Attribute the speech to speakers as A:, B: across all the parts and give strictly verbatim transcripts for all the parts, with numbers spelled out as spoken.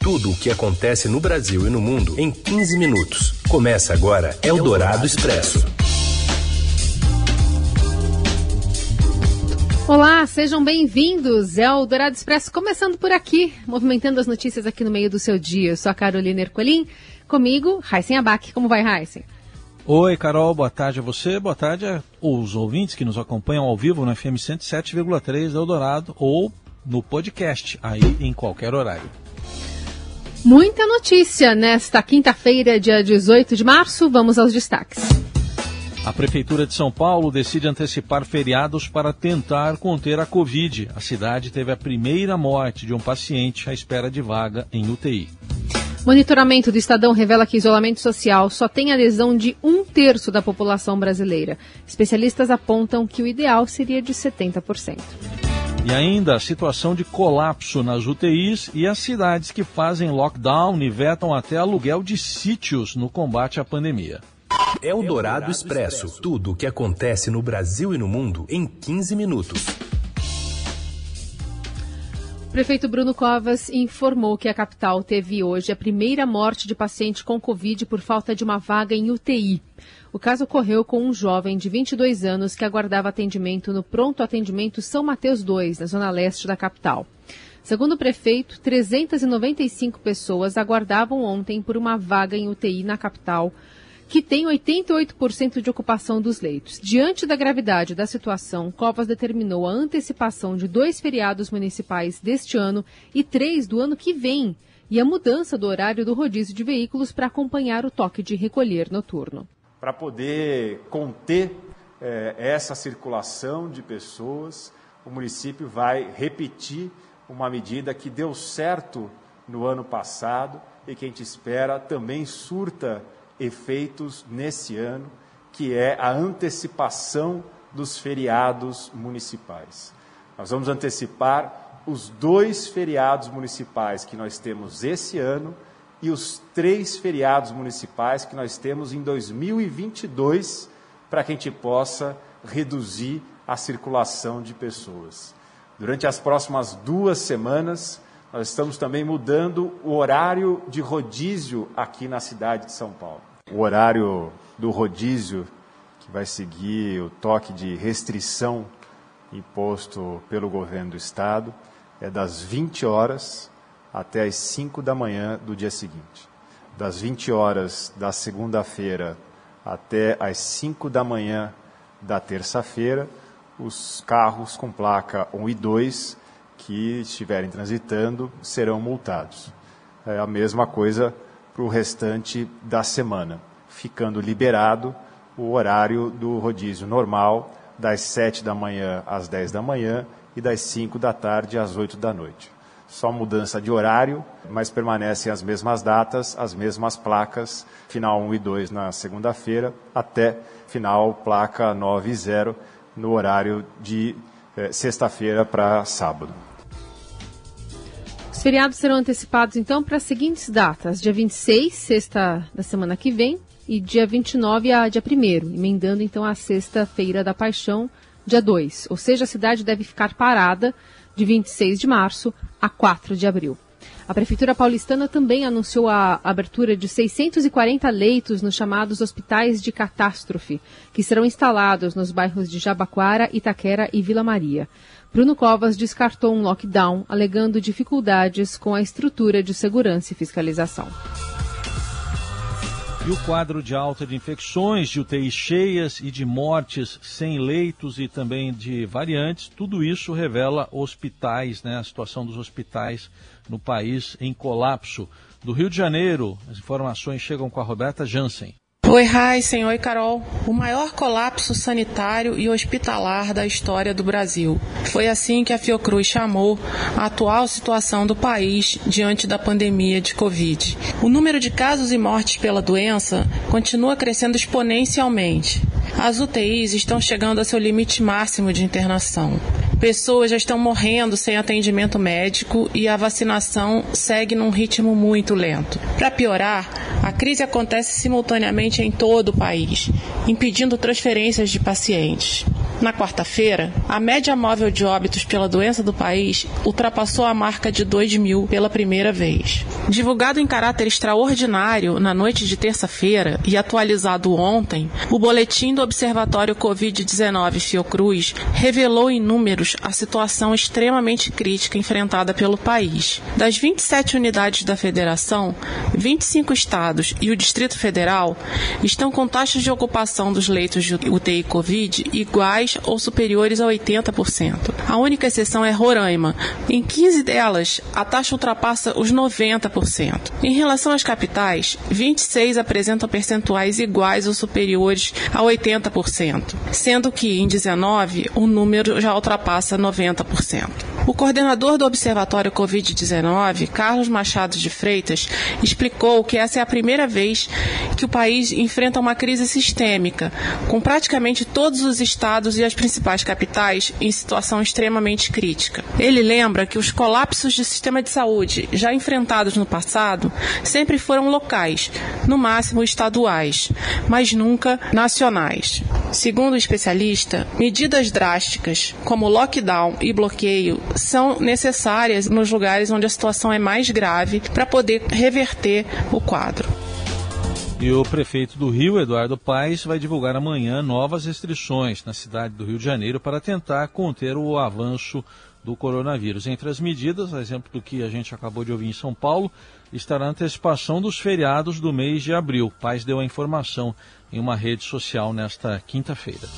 A: Tudo o que acontece no Brasil e no mundo em quinze minutos. Começa agora Eldorado Expresso.
B: Olá, sejam bem-vindos. É o Eldorado Expresso começando por aqui, movimentando as notícias aqui no meio do seu dia. Eu sou a Carolina Ercolim, comigo, Raíssen Abac. Como vai, Raíssen?
C: Oi, Carol, boa tarde a você, boa tarde aos ouvintes que nos acompanham ao vivo no F M cento e sete vírgula três Eldorado ou no podcast, aí em qualquer horário.
B: Muita notícia nesta quinta-feira, dia dezoito de março. Vamos aos destaques.
C: A Prefeitura de São Paulo decide antecipar feriados para tentar conter a Covid. A cidade teve a primeira morte de um paciente à espera de vaga em U T I.
B: Monitoramento do Estadão revela que isolamento social só tem adesão de um terço da população brasileira. Especialistas apontam que o ideal seria de setenta por cento.
C: E ainda a situação de colapso nas U T Is e as cidades que fazem lockdown e vetam até aluguel de sítios no combate à pandemia.
A: Eldorado Expresso. Tudo o que acontece no Brasil e no mundo em quinze minutos.
B: O prefeito Bruno Covas informou que a capital teve hoje a primeira morte de paciente com Covid por falta de uma vaga em U T I. O caso ocorreu com um jovem de vinte e dois anos que aguardava atendimento no Pronto Atendimento São Mateus dois, na zona leste da capital. Segundo o prefeito, trezentas e noventa e cinco pessoas aguardavam ontem por uma vaga em U T I na capital, que tem oitenta e oito por cento de ocupação dos leitos. Diante da gravidade da situação, Covas determinou a antecipação de dois feriados municipais deste ano e três do ano que vem, e a mudança do horário do rodízio de veículos para acompanhar o toque de recolher noturno.
D: Para poder conter eh, essa circulação de pessoas, o município vai repetir uma medida que deu certo no ano passado e que a gente espera também surta efeitos nesse ano, que é a antecipação dos feriados municipais. Nós vamos antecipar os dois feriados municipais que nós temos esse ano e os três feriados municipais que nós temos em dois mil e vinte e dois, para que a gente possa reduzir a circulação de pessoas. Durante as próximas duas semanas, nós estamos também mudando o horário de rodízio aqui na cidade de São Paulo. O horário do rodízio, que vai seguir o toque de restrição imposto pelo governo do estado, é das vinte horas até as cinco da manhã do dia seguinte. Das vinte horas da segunda-feira até as cinco da manhã da terça-feira, os carros com placa um e dois que estiverem transitando serão multados. É a mesma coisa para o restante da semana, ficando liberado o horário do rodízio normal, das sete da manhã às dez da manhã e das cinco da tarde às oito da noite. Só mudança de horário, mas permanecem as mesmas datas, as mesmas placas, final um e dois na segunda-feira, até final placa nove e zero no horário de eh, sexta-feira para sábado.
B: Os feriados serão antecipados, então, para as seguintes datas. Dia vinte e seis, sexta da semana que vem, e dia vinte e nove a dia primeiro, emendando, então, a sexta-feira da Paixão, dia dois. Ou seja, a cidade deve ficar parada de vinte e seis de março a quatro de abril. A Prefeitura paulistana também anunciou a abertura de seiscentos e quarenta leitos nos chamados hospitais de catástrofe, que serão instalados nos bairros de Jabaquara, Itaquera e Vila Maria. Bruno Covas descartou um lockdown, alegando dificuldades com a estrutura de segurança e fiscalização.
C: E o quadro de alta de infecções, de U T Is cheias e de mortes sem leitos e também de variantes, tudo isso revela hospitais, né, a situação dos hospitais no país em colapso. Do Rio de Janeiro, as informações chegam com a Roberta Jansen.
E: Oi, Raíssen. Oi, Carol. O maior colapso sanitário e hospitalar da história do Brasil. Foi assim que a Fiocruz chamou a atual situação do país diante da pandemia de Covid. O número de casos e mortes pela doença continua crescendo exponencialmente. As U T Is estão chegando a seu limite máximo de internação. Pessoas já estão morrendo sem atendimento médico e a vacinação segue num ritmo muito lento. Para piorar, a crise acontece simultaneamente em todo o país, impedindo transferências de pacientes. Na quarta-feira, a média móvel de óbitos pela doença do país ultrapassou a marca de dois mil pela primeira vez. Divulgado em caráter extraordinário na noite de terça-feira e atualizado ontem, o boletim do Observatório covid dezenove Fiocruz revelou em números a situação extremamente crítica enfrentada pelo país. Das vinte e sete unidades da federação, vinte e cinco estados e o Distrito Federal estão com taxas de ocupação dos leitos de U T I Covid iguais ou superiores a oitenta por cento. A única exceção é Roraima. Em quinze delas, a taxa ultrapassa os noventa por cento. Em relação às capitais, vinte e seis apresentam percentuais iguais ou superiores a oitenta por cento, sendo que em dezenove o número já ultrapassa noventa por cento. O coordenador do Observatório covid dezenove, Carlos Machado de Freitas, explicou que essa é a primeira vez que o país enfrenta uma crise sistêmica, com praticamente todos os estados e as principais capitais em situação extremamente crítica. Ele lembra que os colapsos de sistema de saúde já enfrentados no passado sempre foram locais, no máximo estaduais, mas nunca nacionais. Segundo o especialista, medidas drásticas, como lockdown e bloqueio, são necessárias nos lugares onde a situação é mais grave para poder reverter o quadro.
C: E o prefeito do Rio, Eduardo Paes, vai divulgar amanhã novas restrições na cidade do Rio de Janeiro para tentar conter o avanço do coronavírus. Entre as medidas, a exemplo do que a gente acabou de ouvir em São Paulo, estará a antecipação dos feriados do mês de abril. Paes deu a informação em uma rede social nesta quinta-feira.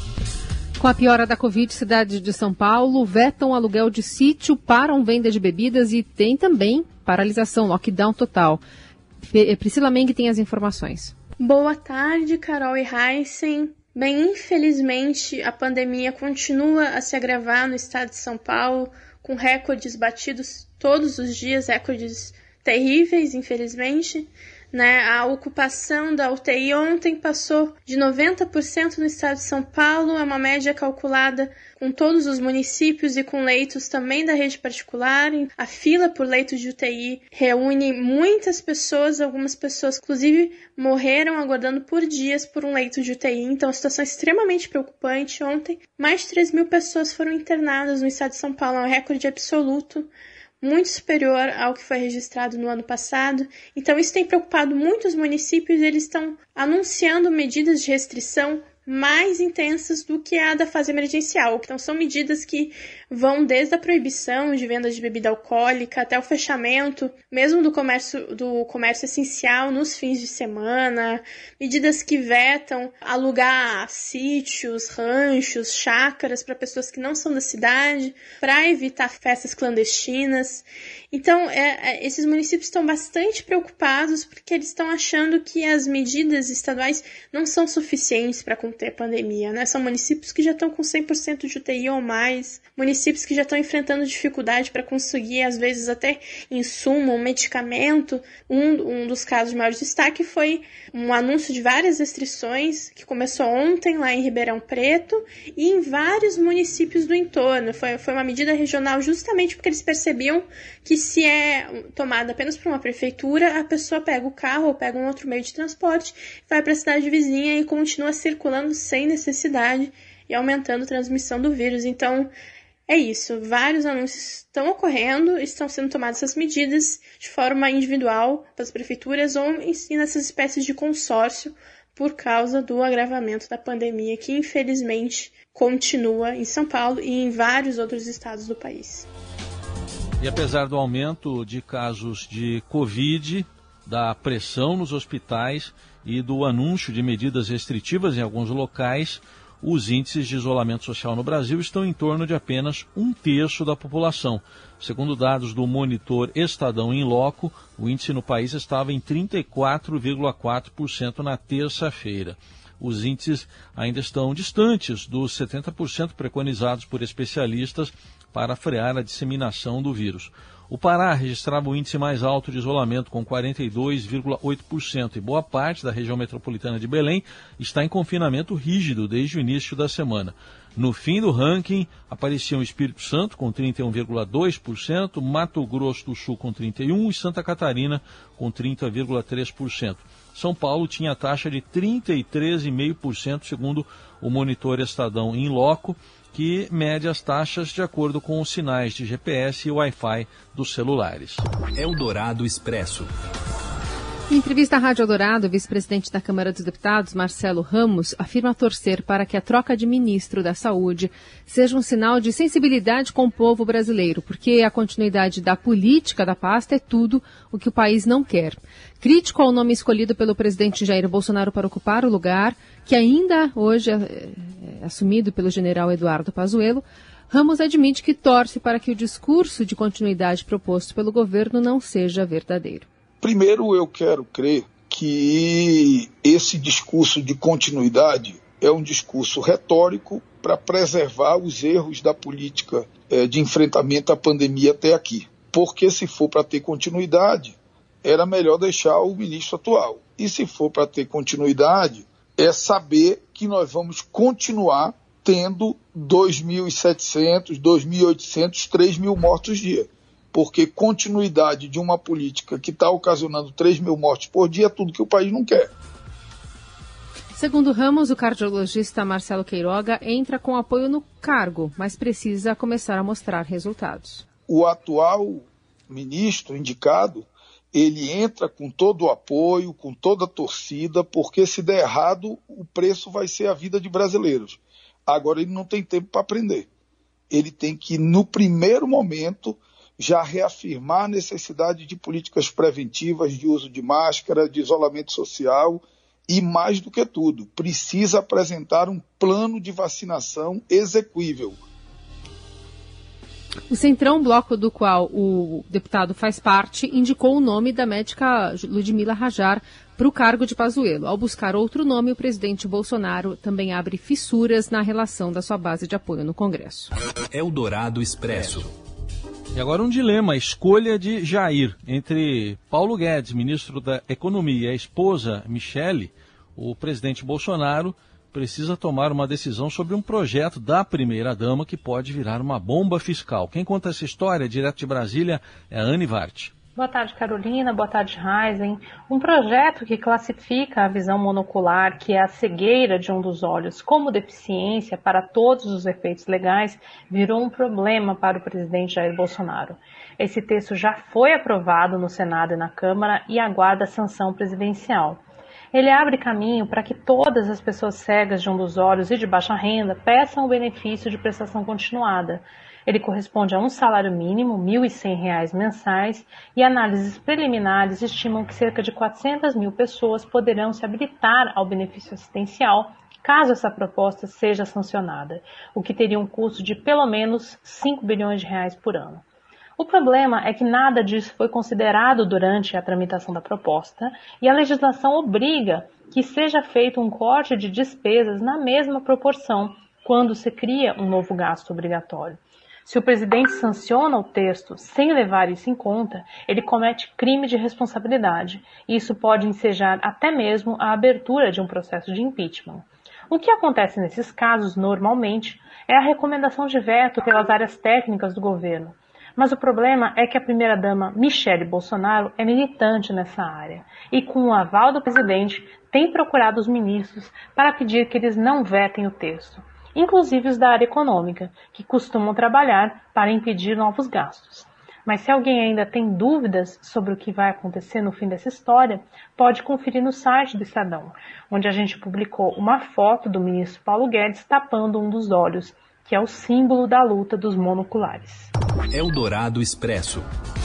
B: Com a piora da Covid, cidades de São Paulo vetam aluguel de sítio, param venda de bebidas e tem também paralisação, lockdown total. Priscila Meng tem as informações.
F: Boa tarde, Carol e Heisen. Bem, infelizmente, a pandemia continua a se agravar no estado de São Paulo, com recordes batidos todos os dias, recordes terríveis, infelizmente. Né? A ocupação da U T I ontem passou de noventa por cento no estado de São Paulo, é uma média calculada com todos os municípios e com leitos também da rede particular. A fila por leitos de U T I reúne muitas pessoas, algumas pessoas inclusive morreram aguardando por dias por um leito de U T I, então a situação é extremamente preocupante. Ontem, mais de três mil pessoas foram internadas no estado de São Paulo, é um recorde absoluto, muito superior ao que foi registrado no ano passado. Então isso tem preocupado muitos municípios e eles estão anunciando medidas de restrição mais intensas do que a da fase emergencial. Então são medidas que vão desde a proibição de venda de bebida alcoólica até o fechamento, mesmo do comércio, do comércio essencial nos fins de semana, medidas que vetam alugar sítios, ranchos, chácaras para pessoas que não são da cidade, para evitar festas clandestinas. Então, é, é, esses municípios estão bastante preocupados porque eles estão achando que as medidas estaduais não são suficientes para conter a pandemia, né? São municípios que já estão com cem por cento de U T I ou mais, municípios que já estão enfrentando dificuldade para conseguir, às vezes, até insumo, um medicamento. Um, um dos casos de maior destaque foi um anúncio de várias restrições que começou ontem lá em Ribeirão Preto e em vários municípios do entorno. Foi, foi uma medida regional justamente porque eles percebiam que se é tomada apenas por uma prefeitura, a pessoa pega o carro ou pega um outro meio de transporte, vai para a cidade vizinha e continua circulando sem necessidade e aumentando a transmissão do vírus. Então, é isso. Vários anúncios estão ocorrendo, estão sendo tomadas essas medidas de forma individual pelas prefeituras ou nessas espécies de consórcio por causa do agravamento da pandemia que, infelizmente, continua em São Paulo e em vários outros estados do país.
C: E apesar do aumento de casos de Covid, da pressão nos hospitais e do anúncio de medidas restritivas em alguns locais, os índices de isolamento social no Brasil estão em torno de apenas um terço da população. Segundo dados do monitor Estadão In Loco, o índice no país estava em trinta e quatro vírgula quatro por cento na terça-feira. Os índices ainda estão distantes dos setenta por cento preconizados por especialistas para frear a disseminação do vírus. O Pará registrava o índice mais alto de isolamento, com quarenta e dois vírgula oito por cento, e boa parte da região metropolitana de Belém está em confinamento rígido desde o início da semana. No fim do ranking, apareciam Espírito Santo com trinta e um vírgula dois por cento, Mato Grosso do Sul com trinta e um por cento e Santa Catarina com trinta vírgula três por cento. São Paulo tinha taxa de trinta e três vírgula cinco por cento, segundo o monitor Estadão in loco, que mede as taxas de acordo com os sinais de G P S e Wi-Fi dos celulares.
A: Eldorado Expresso.
B: Em entrevista à Rádio Eldorado, o vice-presidente da Câmara dos Deputados, Marcelo Ramos, afirma torcer para que a troca de ministro da Saúde seja um sinal de sensibilidade com o povo brasileiro, porque a continuidade da política da pasta é tudo o que o país não quer. Crítico ao nome escolhido pelo presidente Jair Bolsonaro para ocupar o lugar, que ainda hoje é, é assumido pelo general Eduardo Pazuello, Ramos admite que torce para que o discurso de continuidade proposto pelo governo não seja verdadeiro.
G: Primeiro, eu quero crer que esse discurso de continuidade é um discurso retórico para preservar os erros da política é, de enfrentamento à pandemia até aqui. Porque se for para ter continuidade, era melhor deixar o ministro atual. E se for para ter continuidade, é saber que nós vamos continuar tendo dois mil e setecentos, dois mil e oitocentos, três mil mortos dia. Porque continuidade de uma política que está ocasionando três mil mortes por dia é tudo que o país não quer.
B: Segundo Ramos, o cardiologista Marcelo Queiroga entra com apoio no cargo, mas precisa começar a mostrar resultados.
G: O atual ministro indicado, ele entra com todo o apoio, com toda a torcida, porque se der errado, o preço vai ser a vida de brasileiros. Agora ele não tem tempo para aprender. Ele tem que, no primeiro momento, já reafirmar a necessidade de políticas preventivas, de uso de máscara, de isolamento social e, mais do que tudo, precisa apresentar um plano de vacinação execuível.
B: O Centrão, bloco do qual o deputado faz parte, indicou o nome da médica Ludmila Rajar para o cargo de Pazuello. Ao buscar outro nome, o presidente Bolsonaro também abre fissuras na relação da sua base de apoio no Congresso.
A: Eldorado Expresso.
C: E agora um dilema, a escolha de Jair entre Paulo Guedes, ministro da Economia, e a esposa Michele. O presidente Bolsonaro precisa tomar uma decisão sobre um projeto da primeira-dama que pode virar uma bomba fiscal. Quem conta essa história, direto de Brasília, é a Anne Vart.
H: Boa tarde, Carolina. Boa tarde, Heisen. Um projeto que classifica a visão monocular, que é a cegueira de um dos olhos, como deficiência para todos os efeitos legais, virou um problema para o presidente Jair Bolsonaro. Esse texto já foi aprovado no Senado e na Câmara e aguarda a sanção presidencial. Ele abre caminho para que todas as pessoas cegas de um dos olhos e de baixa renda peçam o benefício de prestação continuada. Ele corresponde a um salário mínimo, mil e cem reais mensais, e análises preliminares estimam que cerca de quatrocentas mil pessoas poderão se habilitar ao benefício assistencial, caso essa proposta seja sancionada, o que teria um custo de pelo menos cinco bilhões de reais por ano. O problema é que nada disso foi considerado durante a tramitação da proposta e a legislação obriga que seja feito um corte de despesas na mesma proporção quando se cria um novo gasto obrigatório. Se o presidente sanciona o texto sem levar isso em conta, ele comete crime de responsabilidade e isso pode ensejar até mesmo a abertura de um processo de impeachment. O que acontece nesses casos, normalmente, é a recomendação de veto pelas áreas técnicas do governo. Mas o problema é que a primeira-dama Michele Bolsonaro é militante nessa área e, com o aval do presidente, tem procurado os ministros para pedir que eles não vetem o texto, inclusive os da área econômica, que costumam trabalhar para impedir novos gastos. Mas se alguém ainda tem dúvidas sobre o que vai acontecer no fim dessa história, pode conferir no site do Estadão, onde a gente publicou uma foto do ministro Paulo Guedes tapando um dos olhos, que é o símbolo da luta dos monoculares.
A: Eldorado Expresso.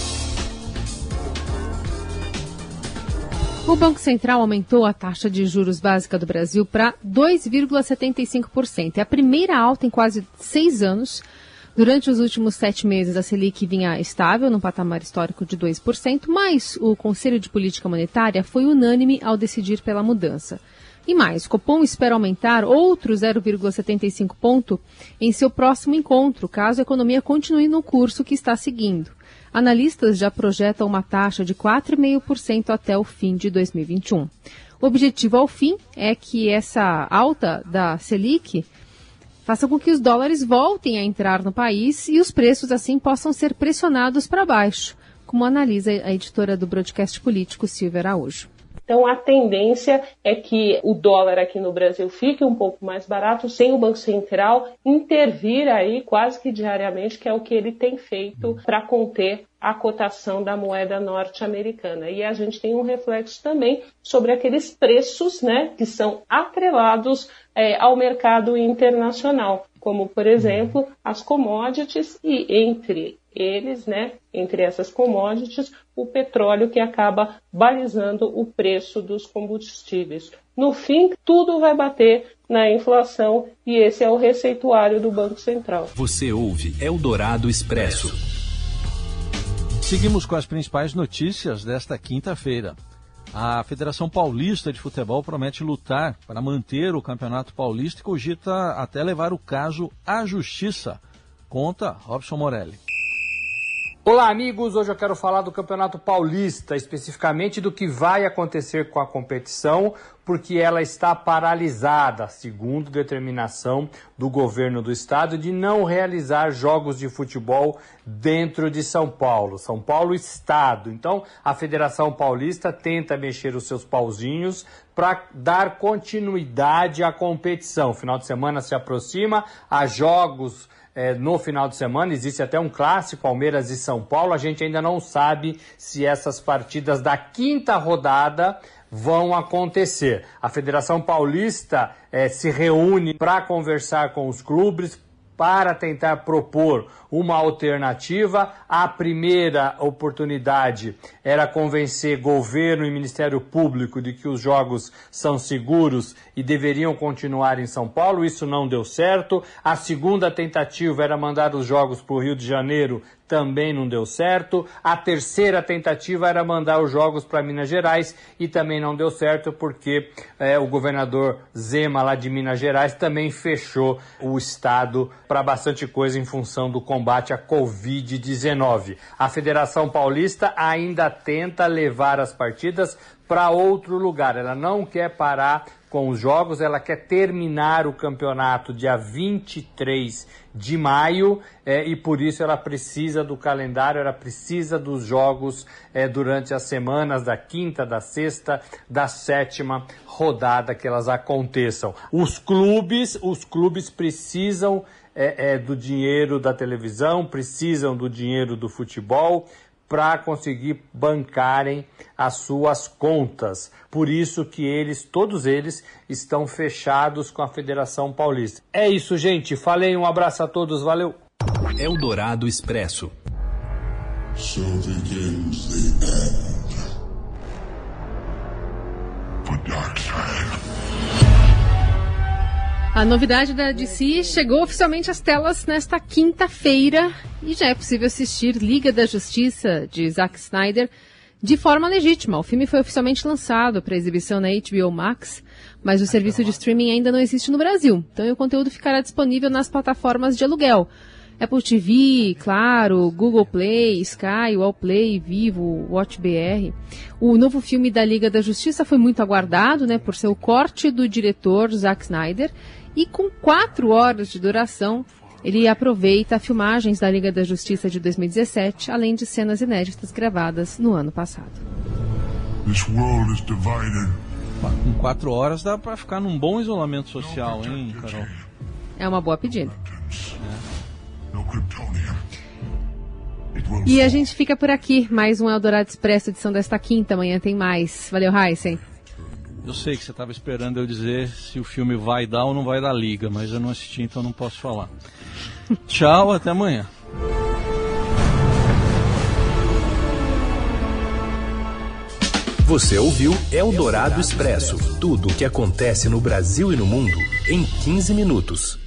B: O Banco Central aumentou a taxa de juros básica do Brasil para dois vírgula setenta e cinco por cento. É a primeira alta em quase seis anos. Durante os últimos sete meses, a Selic vinha estável, num patamar histórico de dois por cento, mas o Conselho de Política Monetária foi unânime ao decidir pela mudança. E mais, Copom espera aumentar outro zero vírgula setenta e cinco ponto em seu próximo encontro, caso a economia continue no curso que está seguindo. Analistas já projetam uma taxa de quatro vírgula cinco por cento até o fim de dois mil e vinte e um. O objetivo ao fim é que essa alta da Selic faça com que os dólares voltem a entrar no país e os preços assim possam ser pressionados para baixo, como analisa a editora do Broadcast Político, Silvia Araújo.
I: Então, a tendência é que o dólar aqui no Brasil fique um pouco mais barato, sem o Banco Central intervir aí quase que diariamente, que é o que ele tem feito para conter a cotação da moeda norte-americana. E a gente tem um reflexo também sobre aqueles preços, né, que são atrelados é, ao mercado internacional, como, por exemplo, as commodities e entre eles, né, entre essas commodities, o petróleo, que acaba balizando o preço dos combustíveis. No fim, tudo vai bater na inflação e esse é o receituário do Banco Central.
A: Você ouve Eldorado Expresso.
C: Seguimos com as principais notícias desta quinta-feira. A Federação Paulista de Futebol promete lutar para manter o Campeonato Paulista e cogita até levar o caso à Justiça. Conta Robson Morelli.
J: Olá, amigos. Hoje eu quero falar do Campeonato Paulista, especificamente do que vai acontecer com a competição, porque ela está paralisada, segundo determinação do governo do estado, de não realizar jogos de futebol dentro de São Paulo. São Paulo, estado. Então, a Federação Paulista tenta mexer os seus pauzinhos para dar continuidade à competição. Final de semana se aproxima, há jogos É, no final de semana, existe até um clássico, Palmeiras e São Paulo. A gente ainda não sabe se essas partidas da quinta rodada vão acontecer. A Federação Paulista é, se reúne para conversar com os clubes, para tentar propor uma alternativa. A primeira oportunidade era convencer governo e Ministério Público de que os jogos são seguros e deveriam continuar em São Paulo. Isso não deu certo. A segunda tentativa era mandar os jogos para o Rio de Janeiro. Também não deu certo. A terceira tentativa era mandar os jogos para Minas Gerais e também não deu certo porque é, o governador Zema, lá de Minas Gerais, também fechou o estado para bastante coisa em função do combate à covid dezenove. A Federação Paulista ainda tenta levar as partidas para outro lugar. Ela não quer parar com os jogos, ela quer terminar o campeonato dia vinte e três de maio é, e por isso ela precisa do calendário, ela precisa dos jogos é, durante as semanas da quinta, da sexta, da sétima rodada que elas aconteçam. Os clubes, os clubes precisam é, é, do dinheiro da televisão, precisam do dinheiro do futebol para conseguir bancarem as suas contas. Por isso que eles, todos eles, estão fechados com a Federação Paulista. É isso, gente. Falei, um abraço a todos, valeu.
A: Eldorado Expresso.
K: So begins the end for Darkseid.
B: A novidade da D C chegou oficialmente às telas nesta quinta-feira e já é possível assistir Liga da Justiça, de Zack Snyder, de forma legítima. O filme foi oficialmente lançado para exibição na H B O Max, mas o serviço de streaming ainda não existe no Brasil. Então o conteúdo ficará disponível nas plataformas de aluguel. Apple T V, Claro, Google Play, Sky, Wallplay, Vivo, WatchBR. O novo filme da Liga da Justiça foi muito aguardado, né, por ser o corte do diretor Zack Snyder. E com quatro horas de duração, ele aproveita filmagens da Liga da Justiça de dois mil e dezessete, além de cenas inéditas gravadas no ano passado.
K: This world is divided.
C: Com quatro horas dá para ficar num bom isolamento social, hein, Carol?
B: É uma boa pedida. E a gente fica por aqui. Mais um Eldorado Expresso, edição desta quinta. Amanhã tem mais. Valeu, Heisen.
C: Eu sei que você estava esperando eu dizer se o filme vai dar ou não vai dar liga, mas eu não assisti, então não posso falar. Tchau, até amanhã.
A: Você ouviu Eldorado Expresso. Tudo o que acontece no Brasil e no mundo em quinze minutos.